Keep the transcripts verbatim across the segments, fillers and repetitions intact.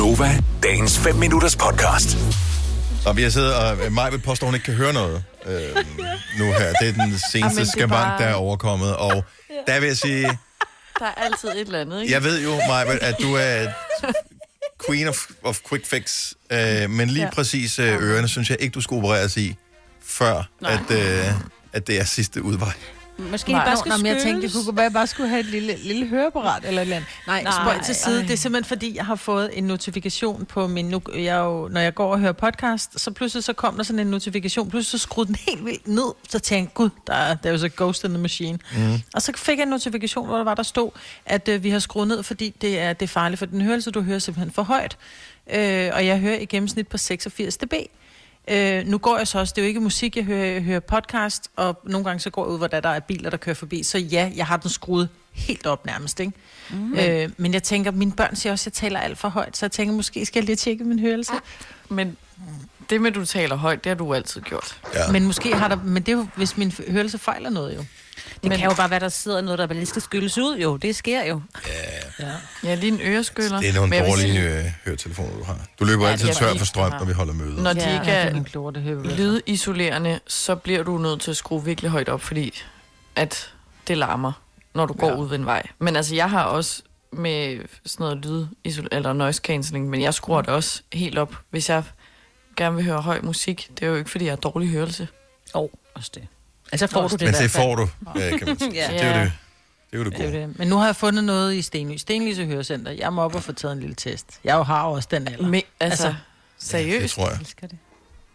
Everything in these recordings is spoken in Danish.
Gunova, dagens fem minutters podcast. Og vi har siddet, og Maj vil påstå, at hun ikke kan høre noget øh, nu her. Det er den seneste ja, skabank, bare... der er overkommet. Og der vil jeg sige... Der er altid et eller andet, ikke? Jeg ved jo, Maj, at du er queen of, of quick fix. Øh, men lige ja. præcis øh, ørerne, synes jeg ikke, du skal opereres i, før at, øh, at det er sidste udvej. Måske nej, bare skulle skyldes. Jeg tænkte, det kunne være, jeg bare skulle have et lille, lille høreapparat eller et eller andet. Nej, Nej spøj til side. Ej. Det er simpelthen fordi, jeg har fået en notifikation på min... Nu, jeg jo, når jeg går og hører podcast, så pludselig så kom der sådan en notifikation. Pludselig så skruede den helt vildt ned. Så tænkte jeg, gud, der er, der er jo så ghost in the machine. Mm. Og så fik jeg en notifikation, hvor der var, der stod, at øh, vi har skruet ned, fordi det er, det er farligt for den hørelse. Du hører simpelthen for højt. Øh, og jeg hører i gennemsnit på seksogfirs decibel. Øh, nu går jeg så også, det er jo ikke musik, jeg hører, jeg hører podcast, og nogle gange så går jeg ud, hvor der, der er biler, der kører forbi. Så ja, jeg har den skruet helt op nærmest, ikke? Mm. Øh, men jeg tænker, mine børn siger også, at jeg taler alt for højt, så jeg tænker, måske skal jeg lige tjekke min hørelse. Ja. Men det med, at du taler højt, det har du altid gjort. Ja. Men måske har der, men det er jo, hvis min hørelse fejler noget jo. Det men, kan jo bare være, der sidder noget, der lige skal skylles ud, jo. Det sker jo. Ja, ja. Ja, lige en øreskyller. Det er nogle dårlige sige... høretelefoner, du har. Du løber ja, altid tør for strøm, når vi holder møde. Når de ja, ikke er lydisolerende, så bliver du nødt til at skrue virkelig højt op, fordi at det larmer, når du går ja. ud ved en vej. Men altså, jeg har også med sådan noget lyd, eller noise cancelling, men jeg skruer det også helt op, hvis jeg gerne vil høre høj musik. Det er jo ikke, fordi jeg har dårlig hørelse. Åh, oh, også det. Altså får du det. Men det får du, ja, kan man sige. Ja. Det er jo det. Det er jo det gode. Det det. Men nu har jeg fundet noget i Stenløse. Stenløse Hørecenter. Jeg må op og få taget en lille test. Jeg har jo også den alder. Men, altså, altså, seriøst? Ja, det tror jeg. jeg det.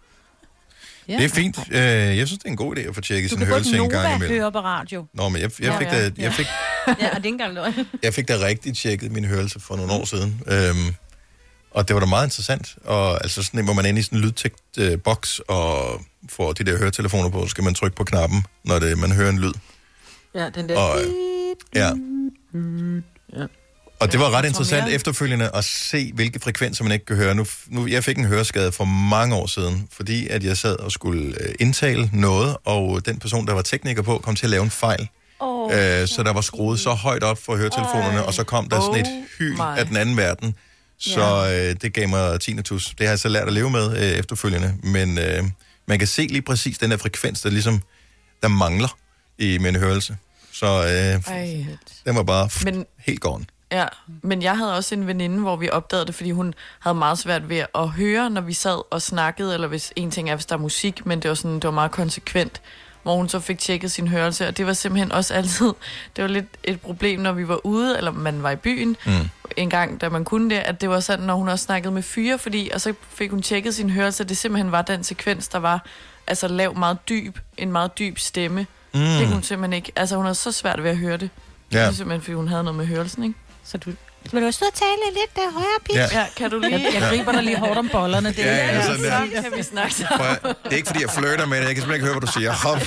Ja. Det er fint. Jeg synes, det er en god idé at få tjekket sin hørelse en gang imellem. Du kan høre på radio. Nå, men jeg, jeg fik ja, da... Jeg fik, ja, det er ikke engang løgn. Jeg fik da rigtig tjekket min hørelse for nogle år siden. Øhm, og det var da meget interessant. Og altså sådan, hvor man er inde i sådan en lydtægt øh, boks og får de der høretelefoner på, så skal man trykke på knappen, når det, man hører en lyd. Ja, den der... Og, ja. ja. Og det var ret interessant efterfølgende at se, hvilke frekvenser man ikke kan høre. Nu, nu, jeg fik en høreskade for mange år siden, fordi at jeg sad og skulle øh, indtale noget, og den person, der var tekniker på, kom til at lave en fejl. Oh, øh, så der var skruet så højt op for høretelefonerne, og så kom der sådan et hyl oh af den anden verden. Så øh, det gav mig tinnitus. Det har jeg så lært at leve med øh, efterfølgende. Men øh, man kan se lige præcis den der frekvens, der ligesom der mangler i min hørelse. Så øh, den var bare f- men, helt gone. Ja, men jeg havde også en veninde, hvor vi opdagede det, fordi hun havde meget svært ved at høre, når vi sad og snakkede, eller hvis en ting er, hvis der er musik, men det var sådan, det var meget konsekvent, hvor hun så fik tjekket sin hørelse, og det var simpelthen også altid, det var lidt et problem, når vi var ude, eller man var i byen, mm. en gang, da man kunne det, at det var sådan, når hun også snakkede med fyre, fordi, og så fik hun tjekket sin hørelse, at det simpelthen var den sekvens, der var, altså lav meget dyb, en meget dyb stemme. Mm. Det kunne hun simpelthen ikke, altså hun havde så svært ved at høre det. Ja. Det er simpelthen, fordi hun havde noget med hørelsen, ikke? Så du... Vil du så tale lidt der højere pitch? Ja. Ja, kan du lige... Jeg, jeg griber dig lige hårdt om bollerne. Det ja, ja, er sådan der. Så kan vi snakke sammen. Jeg, det er ikke, fordi jeg flirter med det. Jeg kan simpelthen ikke høre, hvad du siger. Hop.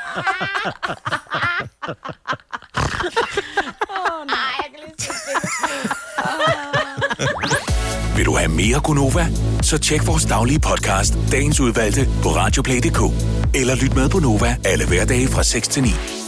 Åh, oh, nej. Jeg kan lige Vil du have mere Gunova? Så tjek vores daglige podcast, dagens udvalgte, på radioplay punktum d k. Eller lyt med på Nova alle hverdage fra seks til ni.